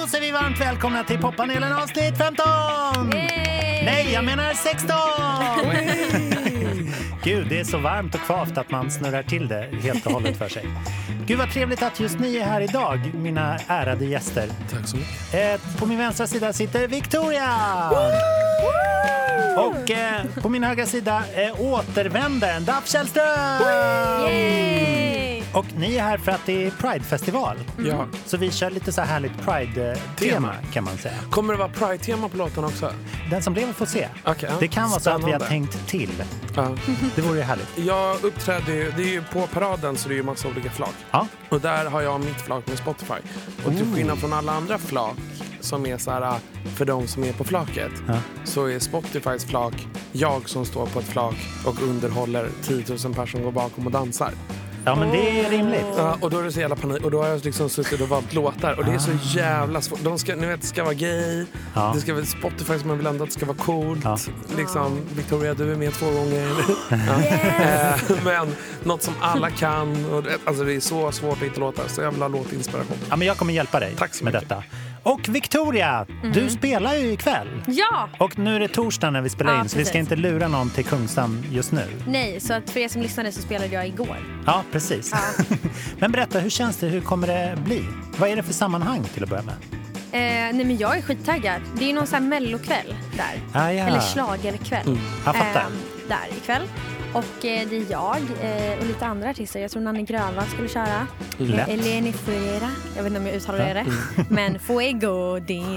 Då säger vi varmt välkomna till poppanelen avsnitt 15! Nej, jag menar 16! Gud, det är så varmt och kvavt att man snurrar till det helt och hållet för sig. Gud, vad trevligt att just ni är här idag, mina ärade gäster. Tack så mycket. På min vänstra sida sitter Victoria! Och på min högra sida återvändaren Daff Källström! Och ni är här för att det är Pride-festival. Ja. Så vi kör lite så här härligt Pride-tema kan man säga. Kommer det vara Pride-tema på låten också? Den som lever får se. Okay, ja. Det kan vara så att vi har tänkt till. Ja. Det vore ju härligt. Jag uppträdde ju, det är ju på paraden så det är ju massa olika flak. Ja. Och där har jag mitt flak med Spotify. Och till skillnad från alla andra flak som är så här för de som är på flaket, så är Spotifys flak jag som står på ett flak och underhåller 10 000 personer som går bakom och dansar. Ja, men det är rimligt. Ja, och då är det så jävla panik. Och då har jag liksom suttit och valt låtar. Och det är så jävla svårt. De ska, ni vet, det ska vara gay. Ja. Det ska vara Spotify som man vill ändå att det ska vara coolt. Ja. Liksom, Victoria, du är med 2 gånger. Yes. Men något som alla kan. Och, alltså det är så svårt att hitta låtar. Så jag vill ha låtinspiration. Ja, men jag kommer hjälpa dig med detta. Och Victoria, du spelar ju ikväll. Ja! Och nu är det torsdag när vi spelar in, så vi ska inte lura någon till Kungsan just nu. Nej, så att för er som lyssnade så spelade jag igår. Ja, precis. Ja. Men berätta, hur känns det? Hur kommer det bli? Vad är det för sammanhang till att börja med? Nej, men jag är skittaggad. Det är ju någon sån här mellokväll där. Eller schlagerkväll. Jag fattar. Där ikväll. Och det är jag och lite andra artister. Jag tror Nanne Grönvall skulle köra. Eleni Fuera. Jag vet inte om jag uttalar det. Men Fuego.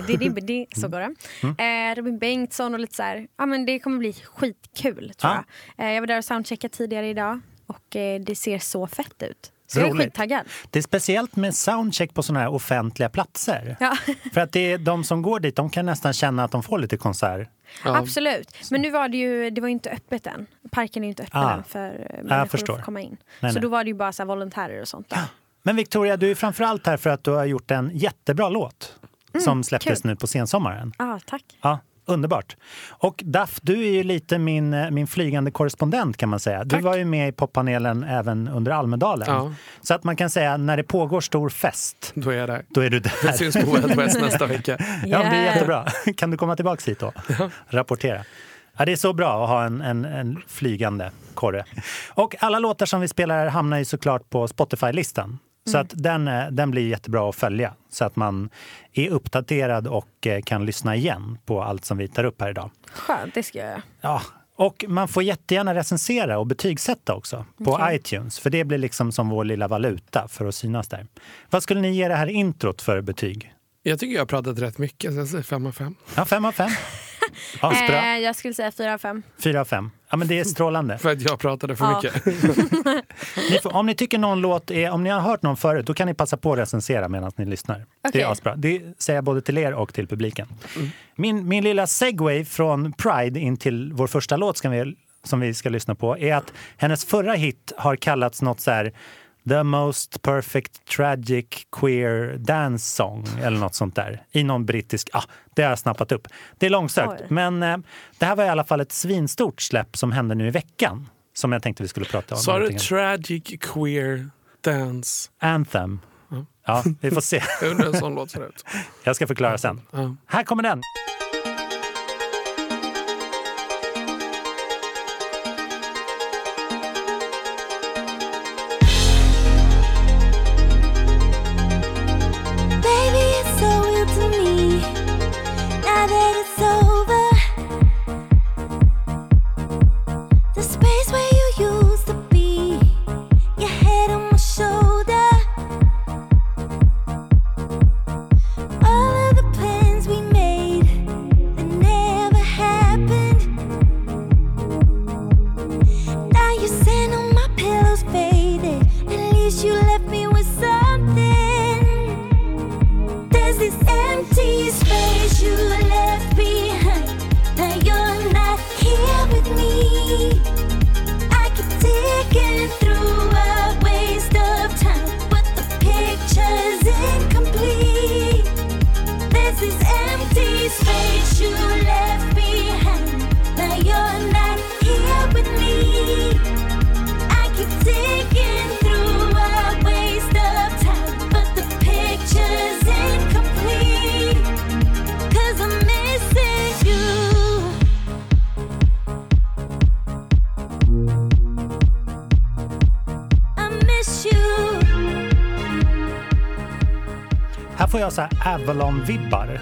Så går det. Robin Bengtsson och lite så här. Ja, men det kommer bli skitkul, tror jag. Jag var där och soundcheckade tidigare idag. Och det ser så fett ut. Så jag är skittaggad. Det är speciellt med soundcheck på sådana här offentliga platser. Ja. För att det är de som går dit, de kan nästan känna att de får lite konsert. Ja. Absolut. Men nu var det var ju inte öppet än. Parken är ju inte öppen än för människor att komma in. Så då var det ju bara så här volontärer och sånt där. Men Victoria, du är framförallt här för att du har gjort en jättebra låt som släpptes nu på sensommaren. Ja, tack. Ja. Underbart. Och Daff, du är ju lite min flygande korrespondent kan man säga. Du var ju med i poppanelen även under Almedalen. Ja. Så att man kan säga, när det pågår stor fest, då är jag där. Då är du där. Det syns på West nästa vecka. Ja, det är jättebra. Kan du komma tillbaka hit då? Rapportera. Ja, det är så bra att ha en flygande korre. Och alla låtar som vi spelar här hamnar ju såklart på Spotify-listan. Så att den blir jättebra att följa. Så att man är uppdaterad och kan lyssna igen på allt som vi tar upp här idag. Skönt, det ska jag göra. Ja, och man får jättegärna recensera och betygsätta också på iTunes. För det blir liksom som vår lilla valuta för att synas där. Vad skulle ni ge det här introt för betyg? Jag tycker jag har pratat rätt mycket, så jag säger 5 av 5. Ja, 5 av 5. Ja, jag skulle säga 4 av 5. 4 av 5. Ja, men det är strålande. För att jag pratade för mycket. Om ni tycker någon låt om ni har hört någon förut, då kan ni passa på att recensera medan ni lyssnar. Okay. Det är asbra. Det säger jag både till er och till publiken. Min lilla segway från Pride in till vår första låt som vi ska lyssna på är att hennes förra hit har kallats något så här The Most Perfect Tragic Queer Dance Song eller något sånt där. I någon brittisk, det har jag snappat upp. Det är långsökt, men det här var i alla fall ett svinstort släpp som hände nu i veckan. Som jag tänkte vi skulle prata om. Så är det Tragic Queer Dance Anthem. Ja, vi får se. Jag undrar en sån låt ser ut. Jag ska förklara sen. Här kommer den. Through a waste of time, but the picture's incomplete. jag så här Avalon-vibbar.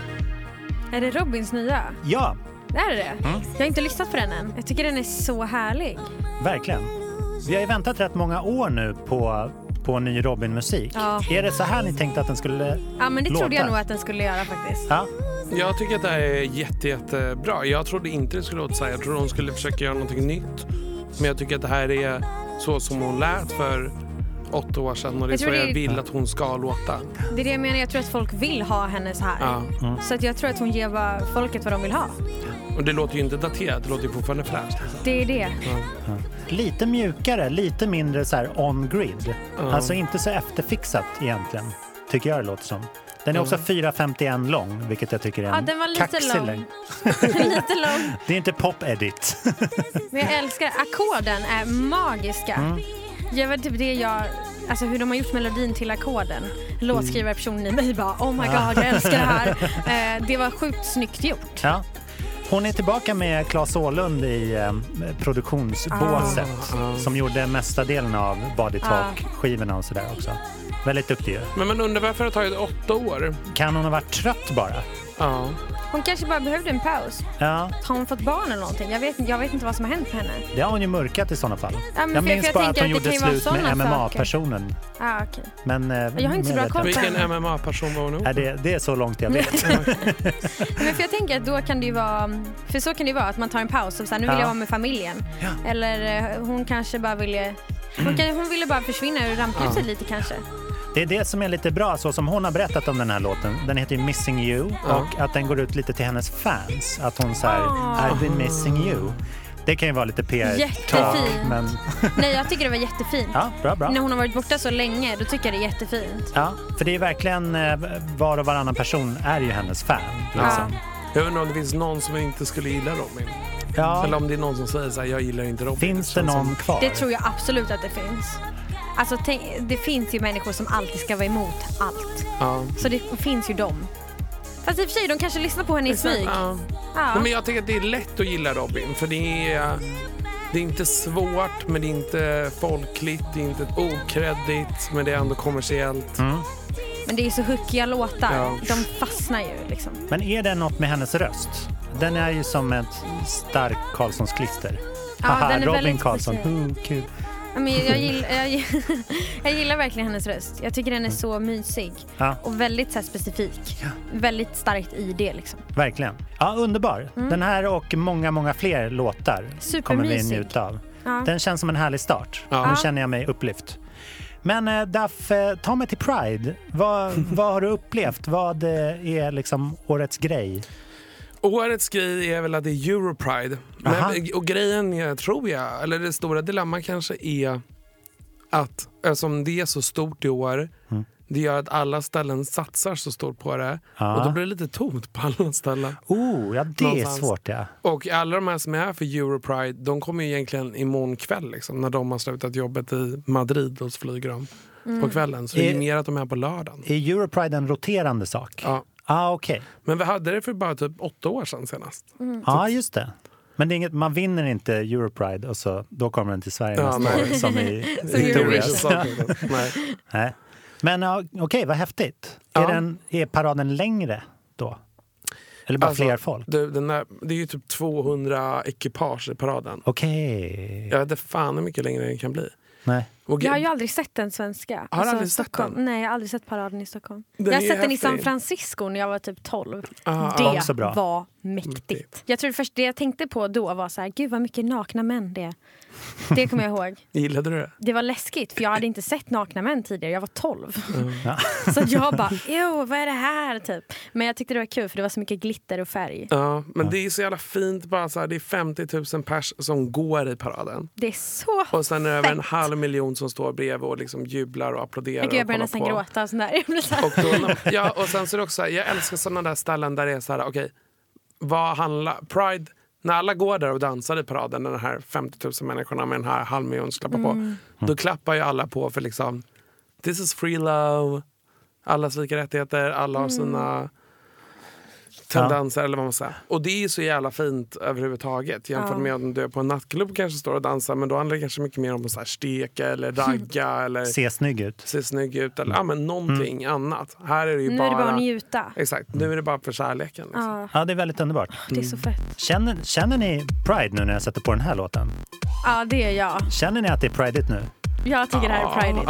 Är det Robins nya? Ja. Är det? Jag har inte lyssnat på den än. Jag tycker den är så härlig. Verkligen. Vi har ju väntat rätt många år nu på ny Robin-musik. Ja. Är det så här ni tänkte att den skulle Ja, men det låta? trodde jag nog att den skulle göra faktiskt. Ja. Jag tycker att det här är jättebra. Jag trodde inte det skulle låta så här. Jag trodde hon skulle försöka göra någonting nytt. Men jag tycker att det här är så som hon lät för 8 år sedan. Och det är så jag vill att hon ska låta. Det är det jag menar. Jag tror att folk vill ha henne så här. Ja. Så att jag tror att hon ger folket vad de vill ha. Och det låter ju inte daterat. Det låter ju fortfarande fräscht. Liksom. Det är det. Ja. Lite mjukare, lite mindre så här on-grid. Alltså inte så efterfixat egentligen, tycker jag det låter som. Den är också 4:51 lång, vilket jag tycker är en den var lite lång. Lite lång. Det är inte pop-edit. Men jag älskar ackorden är magiska. Jag vet typ det alltså hur de har gjort melodin till ackorden. Låtskrivarpersonen i mig bara, oh my god, jag älskar det här. Det var sjukt snyggt gjort. Ja. Hon är tillbaka med Claes Åhlund i produktionsbåset som gjorde mesta delen av Body Talk-skivorna och sådär också. Väldigt duktig. Men man undrar varför det har tagit 8 år. Kan hon ha varit trött bara? Ja. Hon kanske bara behövde en paus. Ja. Har hon fått barn eller någonting? Jag vet inte vad som har hänt med henne. Det har hon ju mörkat i sådana fall. Ja, jag minns bara att hon gjorde slut med MMA-personen. Ja, okej. Men jag har inte så bra koll på vilken MMA-person var hon nog? Det är så långt jag vet. Men för jag tänker att då kan det ju vara... För så kan det ju vara att man tar en paus och så här, nu vill jag vara med familjen. Ja. Eller hon kanske bara ville... Hon ville bara försvinna ur rampljuset lite kanske. Det är det som är lite bra, så som hon har berättat om den här låten. Den heter Missing You och att den går ut lite till hennes fans. Att hon säger I've been missing you. Det kan ju vara lite PR. Jättefint. Men... Nej, jag tycker det var jättefint. Ja, bra. När hon har varit borta så länge, då tycker jag det är jättefint. Ja, för det är verkligen var och varannan person är ju hennes fan. Liksom. Jag undrar om det finns någon som inte skulle gilla Robin. Ja. Eller om det är någon som säger så här, jag gillar inte Robin. Finns det någon kvar? Det tror jag absolut att det finns. Alltså det finns ju människor som alltid ska vara emot allt. Ja. Så det finns ju dem. Fast i och för sig, de kanske lyssnar på henne i smyg. Ja. Nej, men jag tycker att det är lätt att gilla Robin. För det är inte svårt, men det är inte folkligt. Det är inte okreddigt, men det är ändå kommersiellt. Men det är så hookiga låtar. Ja. De fastnar ju liksom. Men är det något med hennes röst? Den är ju som ett stark Karlssons klister. Ja, den är Robin Karlsson, kul. Men jag gillar verkligen hennes röst. Jag tycker den är så mysig. Och väldigt så här specifik. Väldigt starkt i det liksom. Verkligen. Ja, underbar. Den här och många fler låtar kommer vi njuta av. Den känns som en härlig start. Nu känner jag mig upplyft. Men Daff, ta mig till Pride. Vad har du upplevt? Vad är liksom årets grej? Årets grej är väl att det är Europride. Och grejen tror jag, eller det stora dilemma kanske är att eftersom det är så stort i år, det gör att alla ställen satsar så stort på det. Och då blir det lite tomt på alla ställen. Ja, det någonstans. Är svårt, ja. Och alla de här som är här för Europride, de kommer ju egentligen imorgon kväll liksom, när de har slutat jobbet i Madrid och flyger de på kvällen. Så det är mer att de är på lördagen. Är Europride en roterande sak? Ja. Okej. Men vi hade det för bara typ 8 år sedan senast. Ja, just det. Men det är inget, man vinner inte Europride och så då kommer den till Sverige nästa år som i Victorias. Nej. Men okej, vad häftigt. Är paraden längre då? Eller bara fler folk? Det är ju typ 200 ekipage i paraden. Okej. Jag vet inte fan hur mycket längre den kan bli. Nej. Jag har ju aldrig sett den svenska. Har du aldrig sett den? Nej, jag har aldrig sett paraden i Stockholm. Jag har sett den i San Francisco när jag var typ 12. Det var mäktigt. Jag tror först det jag tänkte på då var så här, gud vad mycket nakna män det är. Det kommer jag ihåg. Gillade du det? Det var läskigt, för jag hade inte sett nakna män tidigare. Jag var 12. Så jag bara, vad är det här typ? Men jag tyckte det var kul, för det var så mycket glitter och färg. Ja, men det är så jävla fint bara så här, det är 50 000 pers som går i paraden. Det är så och sen är det över 500 000 som står bredvid och liksom jublar och applåderar. Jag börjar nästan gråta och sån där. Och sen så är det också, jag älskar sådana där ställen där det är så här, okej, vad handlar Pride, när alla går där och dansar i paraden, den här 50 000 människorna med den här 500 000 klappar på, då klappar ju alla på för liksom, this is free love, allas lika rättigheter, alla har sina tendenser eller vad man säger. Och det är så jävla fint överhuvudtaget jämfört med om du är på en nattklubb kanske står och dansar, men då handlar det kanske mycket mer om att så här steka eller ragga eller se snygg ut eller men någonting annat. Här är det ju nu är det bara att njuta. Exakt, nu är det bara för kärleken. Liksom. Ja, det är väldigt underbart. Det är så fett. Känner ni Pride nu när jag sätter på den här låten? Ja, det är jag. Känner ni att det är Prideigt nu? Jag tycker det här är Prideigt.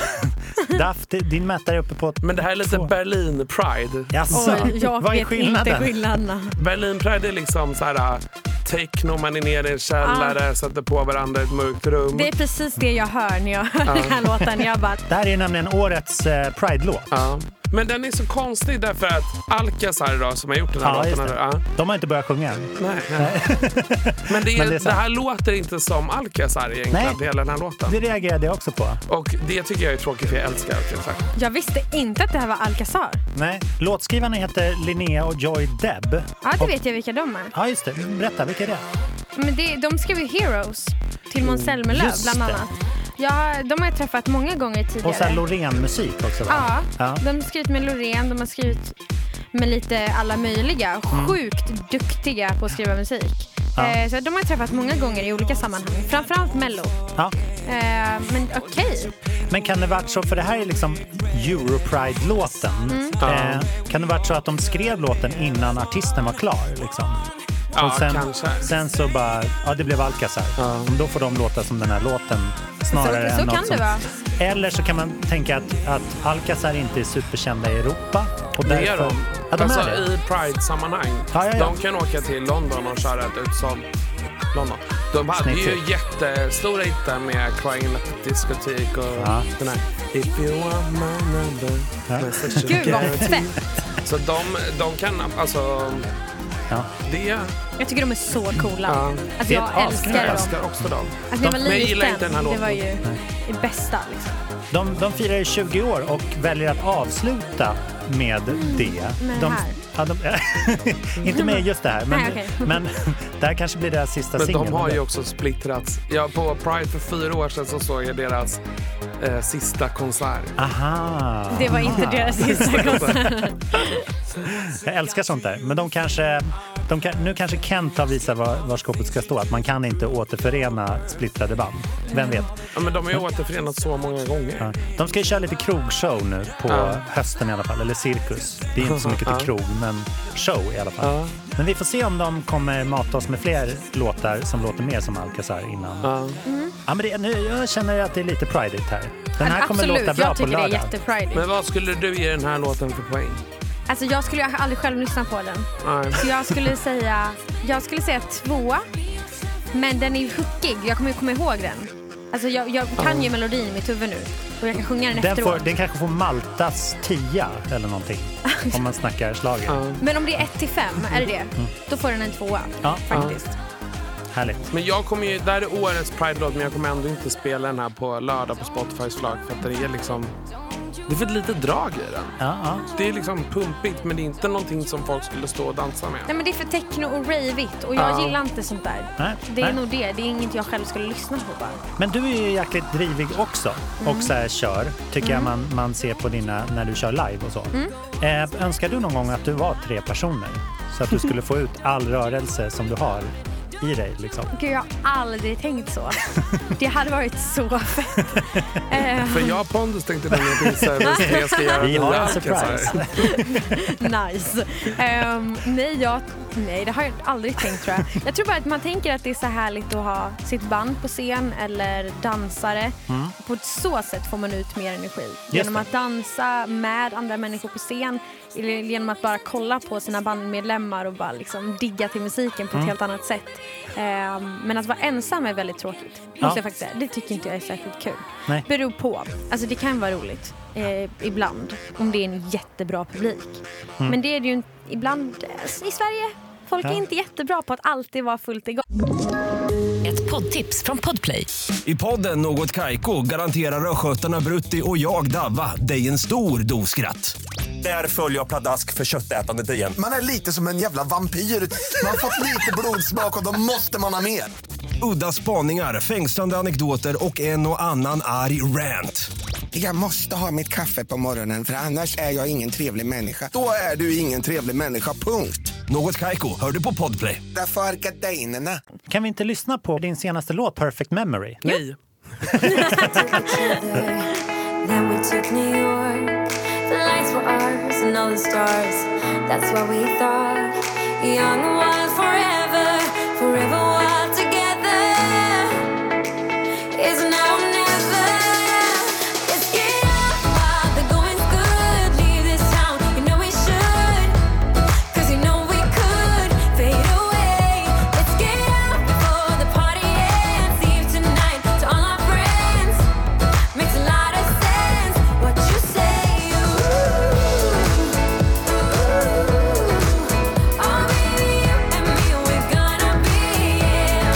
Daff, din mätare är uppe på... Men det här är lite Berlin Pride. Jaså, jag vet inte skillnaden. Berlin Pride är liksom så här techno, man är nere i en källare, sätter på varandra i ett mörkt rum. Det är precis det jag hör när jag hör den här låten. Jag bara... Det här är nämligen årets Pride-låt. Ja. Men den är så konstig därför att Alcazar då, som har gjort den här låten. De har inte börjat sjunga. Nej. Men det här låter inte som Alcazar egentligen, hela den här låten. Det reagerade jag också på. Och det tycker jag är tråkigt, för jag älskar Alcazar. Jag visste inte att det här var Alcazar. Nej, låtskrivarna heter Linnea och Joy Deb. Ja, det vet jag vilka de är. Ja, just det. Berätta, vilka är det? Men de skrev ju Heroes till Måns Zelmerlöw bland annat. Ja, de har jag träffat många gånger tidigare. Och så här Loreen-musik också, va? Ja, de har skrivit med Loreen, de har skrivit med lite alla möjliga. Sjukt duktiga på att skriva musik. Så de har jag träffat många gånger i olika sammanhang. Framförallt Mello. Ja. Men okej. Men kan det vara så, för det här är liksom Europride-låten. Kan det vara så att de skrev låten innan artisten var klar, liksom? Och sen så bara, det blev Alcazar. Då får de låta som den här låten snarare så än något kan som... det vara. Eller så kan man tänka att Alcazar inte är superkända i Europa. Och det därför... är de. Alltså i Pride-sammanhang. De kan åka till London och köra ett utsålt London. De hade ju jättestora hittar med Crying at the Discotheque och den här If you want my number. Gud vad fett. Så de kan alltså... Ja. Jag tycker de är så coola. Alltså, jag älskar också dem. Alltså, jag var liten, gillar inte den här låten. Det var ju det bästa liksom. De firar 20 år och väljer att avsluta med det. Inte med just det här, men det här kanske blir deras sista singel. Men de har ju också splittrats. På Pride för 4 år sedan så såg jag deras sista konsert. Aha. Det var inte deras sista konsert. Jag älskar sånt där. Men nu kanske Kent har visat var skåpet ska stå. Att man kan inte återförena splittrade band. Vem vet? Ja, men de har ju återförenat så många gånger. Ja. De ska ju köra lite krogshow nu på hösten i alla fall. Eller cirkus. Det är inte så mycket till krog, men show i alla fall. Men vi får se om de kommer mata oss med fler låtar som låter mer som Alcazar innan. Ja, men jag känner att det är lite prideigt här. Den här kommer låta bra på lördag. Det är jätteprideigt. Men vad skulle du ge den här låten för poäng? Alltså jag skulle aldrig själv lyssna på den. Så jag skulle säga 2. Men den är ju hookig. Jag kommer ju komma ihåg den. Alltså jag kan ju melodin i mitt huvud nu. Och jag kan sjunga den efteråt. Den kanske får Maltas 10 eller någonting. Om man snackar slagen. Men om det är 1-5, är det? Då får den en 2 faktiskt. Härligt. Men jag kommer ju, där är årets Pride-låt, men jag kommer ändå inte spela den här på lördag på Spotifys flagg. För att det är liksom... Det är för ett litet drag i den. Det är liksom pumpigt, men det är inte någonting som folk skulle stå och dansa med. Nej, men det är för techno och ravigt. Och jag gillar inte sånt där. Det är nog det. Det är inget jag själv skulle lyssna på bara. Men du är ju jäkligt drivig också. Och så här kör. Tycker jag man ser på dina, när du kör live och så. Önskar du någon gång att du var 3 personer? Så att du skulle få ut all rörelse som du har i dig liksom. Gud, jag har aldrig tänkt så. Det hade varit så fett. För jag och Pondus tänkte nog att jag ska göra. Vi har en surprise. Nice. Nej, det har jag aldrig tänkt, tror jag. Jag tror bara att man tänker att det är så härligt att ha sitt band på scen eller dansare. På så sätt får man ut mer energi. Genom att dansa med andra människor på scen. Eller genom att bara kolla på sina bandmedlemmar och bara liksom digga till musiken på ett helt annat sätt. Men att vara ensam är väldigt tråkigt. Måste jag faktiskt säga. Det tycker inte jag är särskilt kul. Nej. Beror på. Alltså det kan vara roligt ibland. Om det är en jättebra publik. Men det är det ju ibland i Sverige. Folk är inte jättebra på att alltid vara fullt igång. Ett poddtips från Podplay. I podden Något Kaiko garanterar röskötarna Brutti och jag Davva dig en stor doskratt. Där följer jag pladask för köttätandet igen. Man är lite som en jävla vampyr. Man har fått lite blodsmak och då måste man ha mer. Udda spaningar, fängslande anekdoter och en och annan arg rant. Jag måste ha mitt kaffe på morgonen för annars är jag ingen trevlig människa. Då är du ingen trevlig människa, punkt. Något Kaiko, hör du på Podplay. Därför är gardinerna. Kan vi inte lyssna på din senaste låt, Perfect Memory? Nej. Then we took New York. The lights were ours and all the stars. That's what we thought. Young and wild forever, forever wild together. Is now or never. Let's get up while the going's good. Leave this town, you know we should. 'Cause you know we could fade away. Let's get up before the party ends. Leave tonight to all our friends. Makes a lot of sense what you say. Oh baby, you and me, we're gonna be, yeah.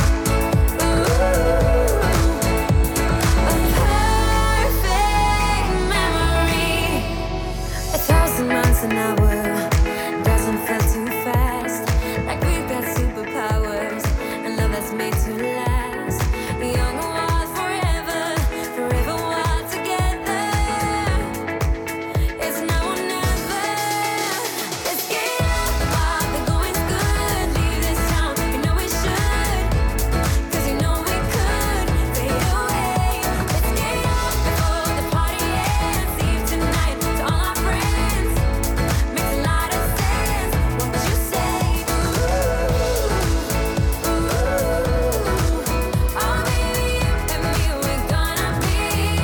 A perfect memory. 1,000 miles an hour doesn't feel too fast. Like we've got superpowers and love that's made to last. Young and wild forever, forever wild together. It's now or never. Let's get up while the going's good. Leave this town, you know we should. 'Cause you know we could fade away. Let's get up before the party ends. Leave tonight to all our friends. Makes a lot of sense what you say. Oh baby, you and me, we're gonna be.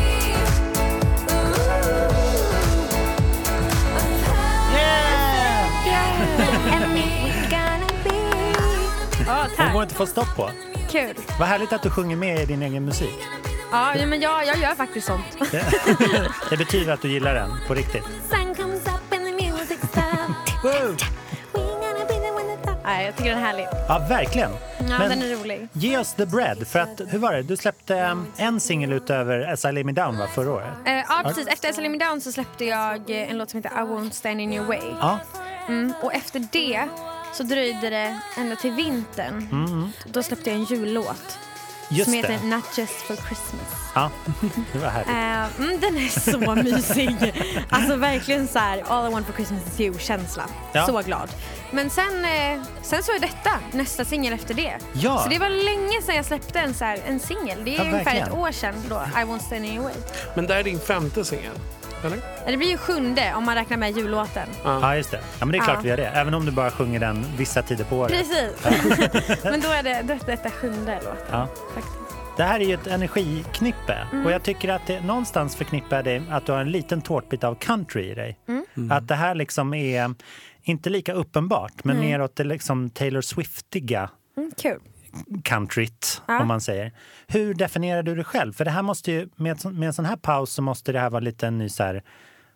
Hon går inte få stopp på. Kul. Vad härligt att du sjunger med i din egen musik. Ja, men jag gör faktiskt sånt. Det betyder att du gillar den, på riktigt. Sun comes up and the music stops. Wow. Nej, jag tycker den är härlig. Ja, verkligen. Ja, Men den är rolig. ge oss the bread, för att, hur var det? Du släppte en singel utöver As I Lay Me Down, va, förra året? Ja, precis. Efter As I Lay Me Down så släppte jag en låt som heter I Won't Stand In Your Way. Ja. Och efter det så dröjde det ända till vintern. Då släppte jag en jullåt Just som heter det. Not Just For Christmas. Ja, det var härligt. Den är så mysig. Alltså verkligen så här, all I want for Christmas is you-känsla. Ja. Så glad. Men sen så är detta nästa singel efter det. Ja. Så det var länge sedan jag släppte en singel. Det är Ja, ungefär verkligen. ett år sedan då, I Won't Stand In Your Way. Men där är din 5:e singel, eller? Det blir ju 7:e om man räknar med jullåten. Ja, just det. Ja, men det är klart Ja. vi gör det. Även om du bara sjunger den vissa tider på året. Precis. Men då är detta 7:e låten. Ja. Faktiskt. Det här är ju ett energiknippe. Och jag tycker att det någonstans förknippar det att du har en liten tårtbit av country i dig. Att det här liksom är inte lika uppenbart, men mer åt det liksom Taylor Swiftiga Kul. countryt, Ja. om man säger. Hur definierar du det själv? För det här måste ju, med en sån här paus så måste det här vara lite en ny så här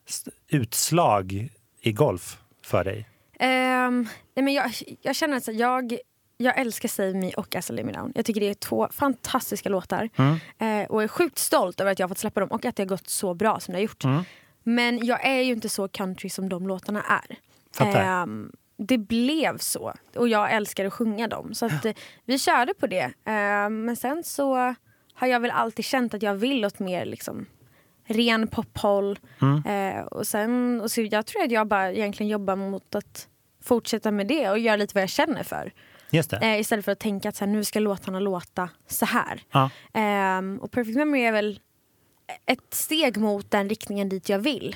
utslag i golf för dig. Nej, men jag känner att jag älskar Save Me och As I Lay Me Down. Jag tycker det är 2 fantastiska låtar. Och är sjukt stolt över att jag har fått släppa dem och att det har gått så bra som det har gjort. Men jag är ju inte så country som de låtarna är. Fattar. Det blev så. Och jag älskar att sjunga dem. Så att, vi körde på det. Men sen så har jag väl alltid känt att jag vill åt mer liksom ren pophåll. Och så jag tror att jag bara egentligen jobbar mot att fortsätta med det och göra lite vad jag känner för. Just det. Istället för att tänka att så här, nu ska låtarna låta så här. Ja. Och Perfect Memory är väl ett steg mot den riktningen dit jag vill.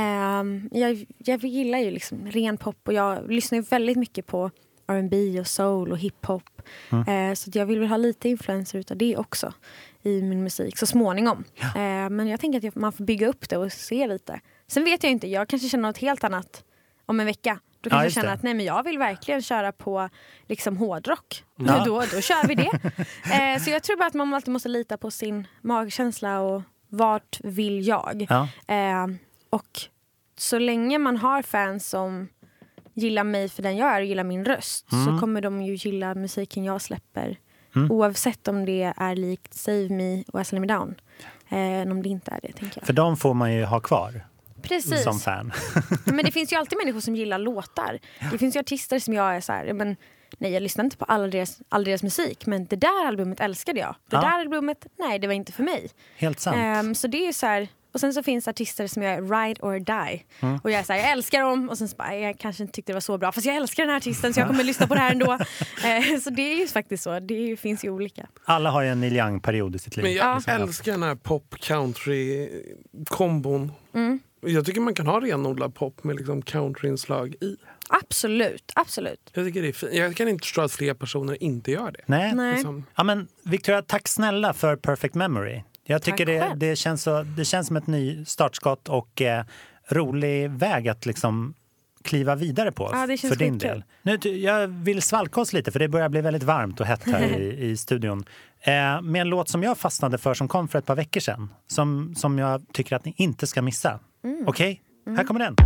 Jag gillar ju liksom ren pop och jag lyssnar ju väldigt mycket på R&B och soul och hiphop. Så att jag vill väl ha lite influenser utav det också i min musik så småningom. Men jag tänker att man får bygga upp det och se lite. Sen vet jag inte, jag kanske känner något helt annat om en vecka. Då kanske jag känner att nej, men jag vill verkligen köra på liksom hårdrock. Ja. Då kör vi det. Så jag tror bara att man alltid måste lita på sin magkänsla och vart vill jag. Ja. Och så länge man har fans som gillar mig för den jag är och gillar min röst så kommer de ju gilla musiken jag släpper. Oavsett om det är likt Save Me och As I Lay Me Down. Om det inte är det, tänker jag. För de får man ju ha kvar. Precis. Som fan. Men det finns ju alltid människor som gillar låtar. Det finns ju artister som jag är så här, men nej, jag lyssnar inte på all deras musik, men det där albumet älskade jag. Det där albumet, nej, det var inte för mig. Helt sant. Så det är så här, Och sen så finns artister som jag ride or die. Och jag är så här, jag älskar dem. Och sen så bara, jag kanske inte tyckte det var så bra. Fast jag älskar den här artisten så jag kommer lyssna på det här ändå. Så det är ju faktiskt så. Finns ju olika. Alla har ju en Neil Young-period i sitt liv. Men jag älskar den här pop-country-kombon. Jag tycker man kan ha renodlad pop med liksom country-inslag i. Absolut. Jag tycker det är fint. Jag kan inte förstå att fler personer inte gör det. Nej. Liksom. Ja, men Victoria, tack snälla för Perfect Memory. Jag tycker det känns som ett ny startskott och rolig väg att liksom kliva vidare på för din del. Nu, jag vill svalka oss lite för det börjar bli väldigt varmt och hett här i studion. Med en låt som jag fastnade för som kom för ett par veckor sedan. Som jag tycker att ni inte ska missa. Okej? Här kommer den.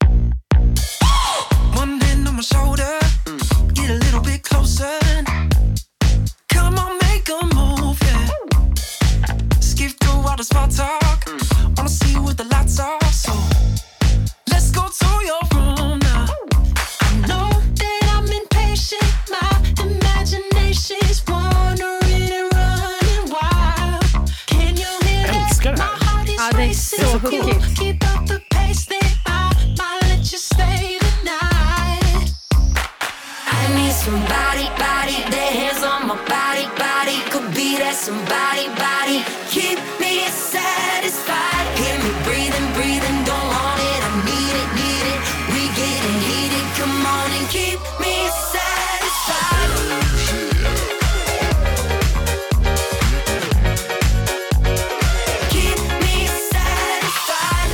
One hand on my shoulder, get a little bit closer. Come on, make a move, yeah. Skip through all the small talk. Wanna see what the lights are, so let's go to your room now. I know that I'm impatient, my imagination's wandering and running wild. Can you hear that? My heart is racing. Så coolt. Keep up the pace, then I might let you stay the night. I need somebody, their hands on my body. Could be that somebody, keep me satisfied. Hear me breathing, don't want it, I need it. We getting heated, come on and keep me satisfied. Keep me satisfied.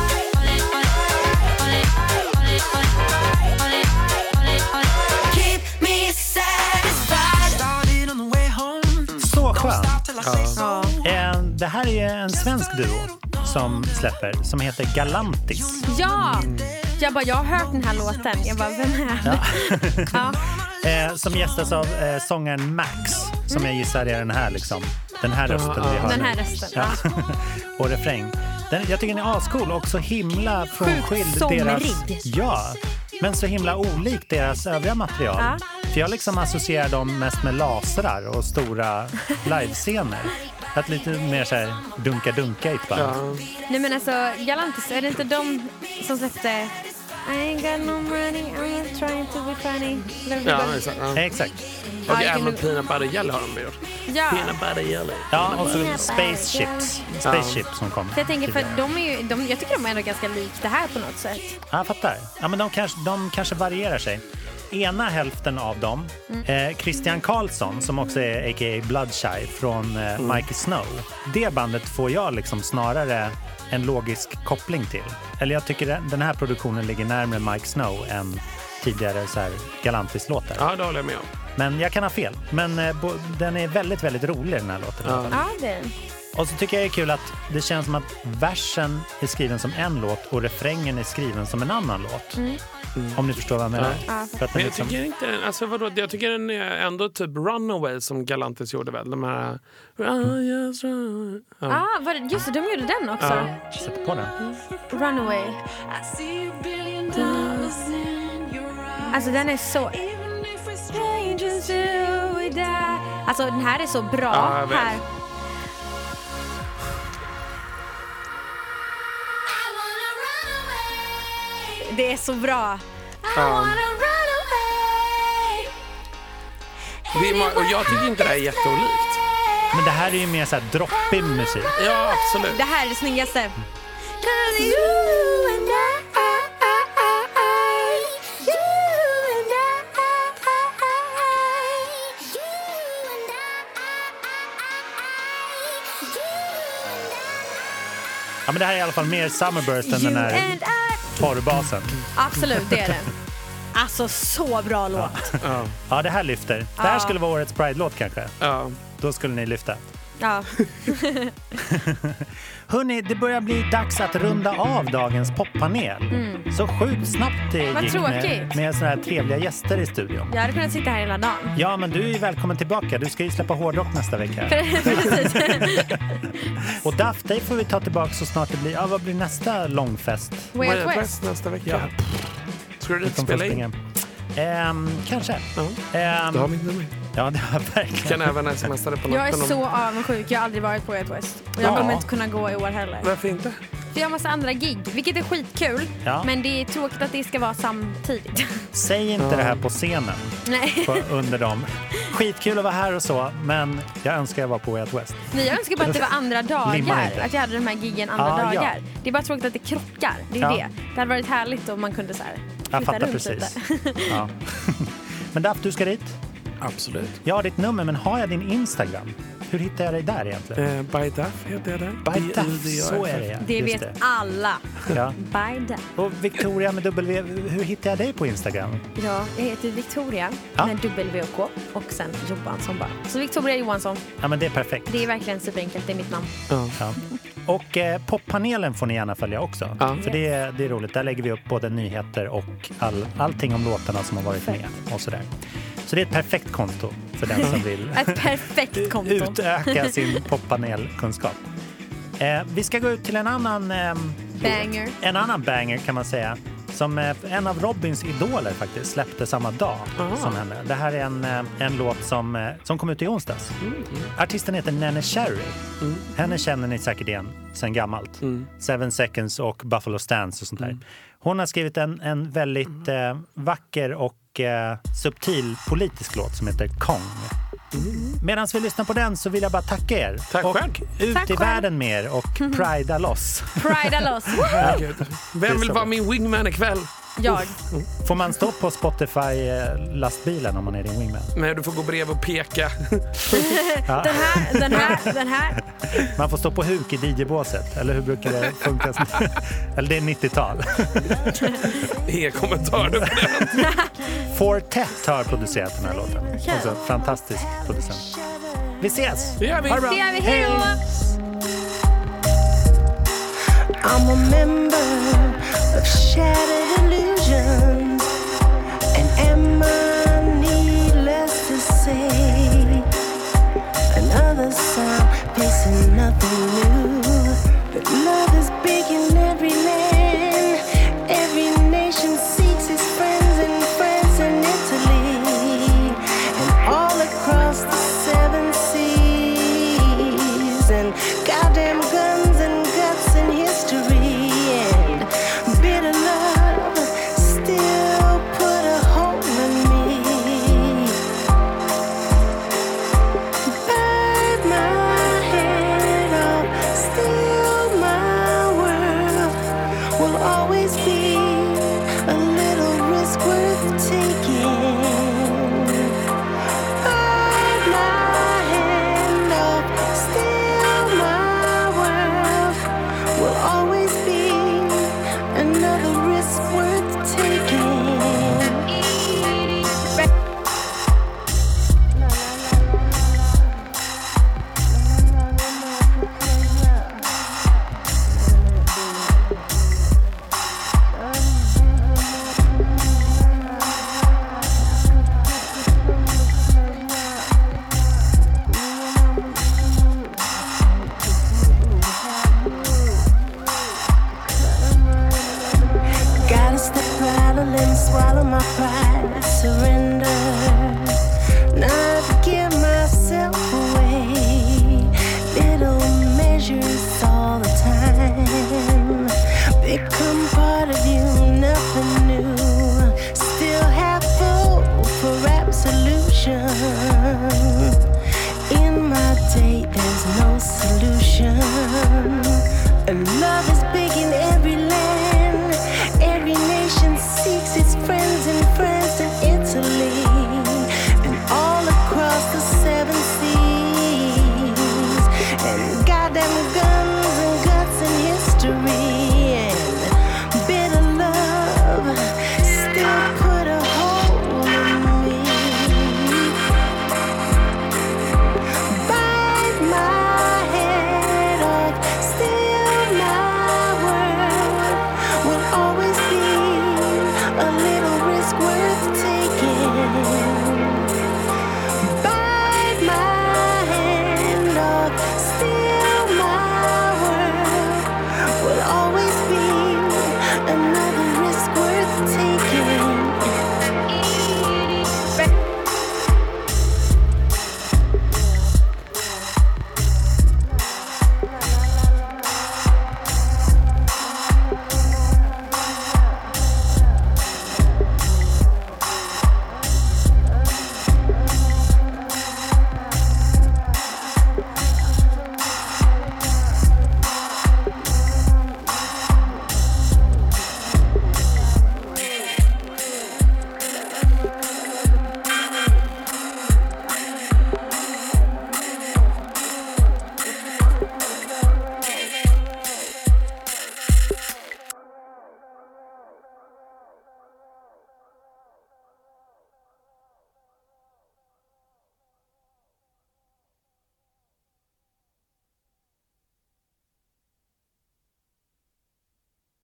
Keep me satisfied. Started on the way home. Så skönt. Det här är en svensk duo som släpper, som heter Galantis. Ja! Jag har hört den här låten. Jag bara, vem är det? Som gästas av sångaren Max, som jag gissar är den här rösten vi har. Den här rösten, ja. Och refräng. Jag tycker den är ascool och så himla frånskild deras... Ja, men så himla olikt deras övriga material. Ja. För jag liksom associerar dem mest med lasrar och stora livescener. Att lite mer så här dunka i ett band. Ja. Nej men alltså, Galantis, är det inte de som släppte I ain't got no money, I'm trying to be funny? Ja, exakt. Ja. Exakt. Och även Peanut Butter Jelly har de gjort. Ja. Peanut Butter Jelly. Ja, och så Spaceships som kom. Så jag tänker, för jag tycker de är ändå ganska likt det här på något sätt. Ja, jag fattar. Ja, men de kanske varierar sig. Ena hälften av dem, Christian Karlsson, som också är a.k.a. Bloodshy från Mikey Snow. Det bandet får jag liksom snarare en logisk koppling till. Eller jag tycker den här produktionen ligger närmare Mike Snow än tidigare så här Galantis-låtar. Ja, det håller jag med om. Men jag kan ha fel. Men den är väldigt, väldigt rolig, den här låten. Ja, det är den. Och så tycker jag det är kul att det känns som att versen är skriven som en låt och refrängen är skriven som en annan låt. Om ni förstår vad jag menar. Ja. För att Men jag liksom... tycker inte, alltså vadå, jag tycker den är ändå typ Runaway som Galantis gjorde väl. De här... Just det, de gjorde den också. Ja, sätt på den. Runaway. Alltså den är så... Alltså den här är så bra. Ja, här. Det är så bra. Och jag tycker inte det här är jätteolikt. Men det här är ju mer så här droppig musik. Ja, absolut. Det här är det snyggaste. Ja, men det här är i alla fall mer Summerburst än den här torrbasen. Absolut, det är det. Alltså, så bra låt. Ja, det här lyfter. Det här skulle vara årets Pride-låt kanske. Ja. Då skulle ni lyfta. Ja. Hörrni, det börjar bli dags att runda av dagens poppanel. Så sjukt snabbt det Vad gick med såna här trevliga gäster i studion. Jag hade kunnat sitta här hela dagen. Ja, men du är välkommen tillbaka. Du ska ju släppa hårdrock nästa vecka. Precis. Och Daft Day får vi ta tillbaka så snart det blir... Ja, vad blir nästa långfest? Way Out West nästa vecka. Ja. Tror du det spelar in? Kanske. Du har mitt nummer. Ja, det var verkligen. Kan även smsa det på natten. Jag är så avundsjuk. Jag har aldrig varit på Way Out West. Och jag kommer inte kunna gå i år heller. Varför inte? För jag har massa andra gig, vilket är skitkul. Ja. Men det är tråkigt att det ska vara samtidigt. Säg inte det här på scenen. Nej. Under dem. Skitkul att vara här och så, men jag önskar jag var på Way Out West. Nej, jag önskar bara att det var andra dagar. Att jag hade de här giggen andra dagar. Ja. Det är bara tråkigt att det krockar. Det är det. Det hade varit härligt om man kunde så här jag fattar precis. Ja. Men Daff, du ska dit? Absolut. Jag har ditt nummer, men har jag din Instagram? Hur hittar jag dig där egentligen? By Duff heter jag där. By Duff, så är det. Det vet alla. Ja. By Duff. Och Victoria med W, hur hittar jag dig på Instagram? Ja, jag heter Victoria med W och K och sen Johansson bara. Så Victoria Johansson. Ja, men det är perfekt. Det är verkligen superenkelt, det är mitt namn. Ja. Och poppanelen får ni gärna följa också. För det är roligt. Där lägger vi upp både nyheter och allting om låtarna som har varit med och sådär. Så det är ett perfekt konto för den som vill ett perfekt konto. Utöka sin poppanelkunskap. Vi ska gå ut till en annan banger. En annan banger kan man säga. Som en av Robins idoler faktiskt släppte samma dag som henne. Det här är en låt som kom ut i onsdags. Artisten heter Nene Cherry. Henne känner ni säkert igen sen gammalt. 7 Seconds och Buffalo Stance och sånt där. Hon har skrivit en väldigt vacker och subtil politisk låt som heter Kong. Medan vi lyssnar på den så vill jag bara tacka er. Tack och själv. Ut i världen med er och prida loss. Prida loss. Vem vill vara min wingman ikväll? Jag. Får man stå på Spotify-lastbilen om man är din wingman? Nej, du får gå bredvid och peka. Den här. Man får stå på huk i DJ-båset. Eller hur brukar det funka? Eller det är 90-tal. Inga kommentarer på det. Fortet har producerat den här låten. Också fantastisk producent. Vi ses! Det gör vi. Det gör vi. Hej då! I'm a member of shattered illusions, and am I needless to say, another sound facing nothing new. But love is big in every land, every nation seeks its friends in France and Italy, and all across the 7 seas, and goddamn guns and guts and history. Swallow my pride, surrender, not give myself away. Little measures all the time become part of you, nothing new. Still have hope for absolution. In my day, there's no solution. And love is big in every land, every nation seeks its friends in France and Italy, and all across the 7 seas, and goddamn guns and guts and history, and bitter love still put a hole in me. Bite my head off, steal my world.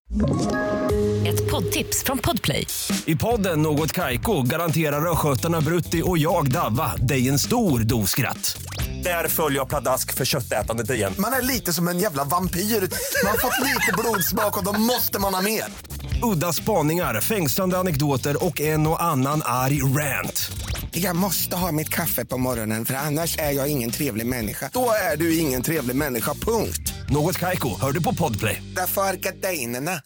Ett poddtips från Podplay. I podden Något Kaiko garanterar östgötarna Brutti och jag Davva dig en stor dos skratt. Där följer jag pladask för köttätandet igen. Man är lite som en jävla vampyr. Man har fått lite blodsmak och då måste man ha mer. Udda spaningar, fängslande anekdoter och en och annan arg rant. Jag måste ha mitt kaffe på morgonen för annars är jag ingen trevlig människa. Då är du ingen trevlig människa, punkt. Något Kaiko, hör du på Podplay. Därför är gardinerna.